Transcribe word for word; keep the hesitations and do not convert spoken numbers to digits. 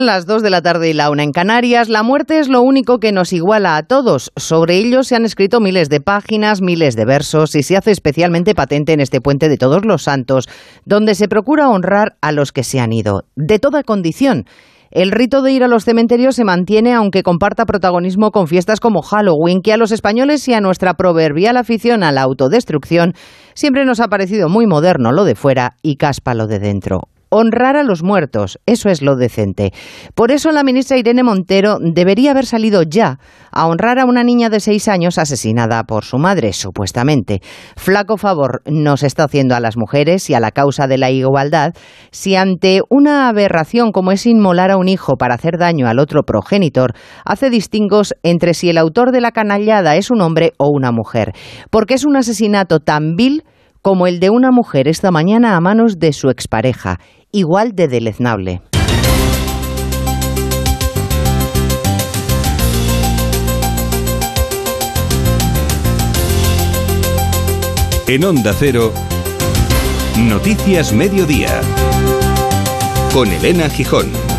Las dos de la tarde y la una en Canarias. La muerte es lo único que nos iguala a todos. Sobre ello se han escrito miles de páginas, miles de versos y se hace especialmente patente en este puente de Todos los Santos, donde se procura honrar a los que se han ido, de toda condición. El rito de ir a los cementerios se mantiene, aunque comparta protagonismo con fiestas como Halloween, que a los españoles y a nuestra proverbial afición a la autodestrucción siempre nos ha parecido muy moderno lo de fuera y caspa lo de dentro. Honrar a los muertos, eso es lo decente. Por eso la ministra Irene Montero debería haber salido ya a honrar a una niña de seis años asesinada por su madre, supuestamente. Flaco favor nos está haciendo a las mujeres y a la causa de la igualdad si ante una aberración como es inmolar a un hijo para hacer daño al otro progenitor, hace distingos entre si el autor de la canallada es un hombre o una mujer. Porque es un asesinato tan vil como el de una mujer esta mañana a manos de su expareja, igual de deleznable. En Onda Cero, Noticias Mediodía, con Elena Gijón.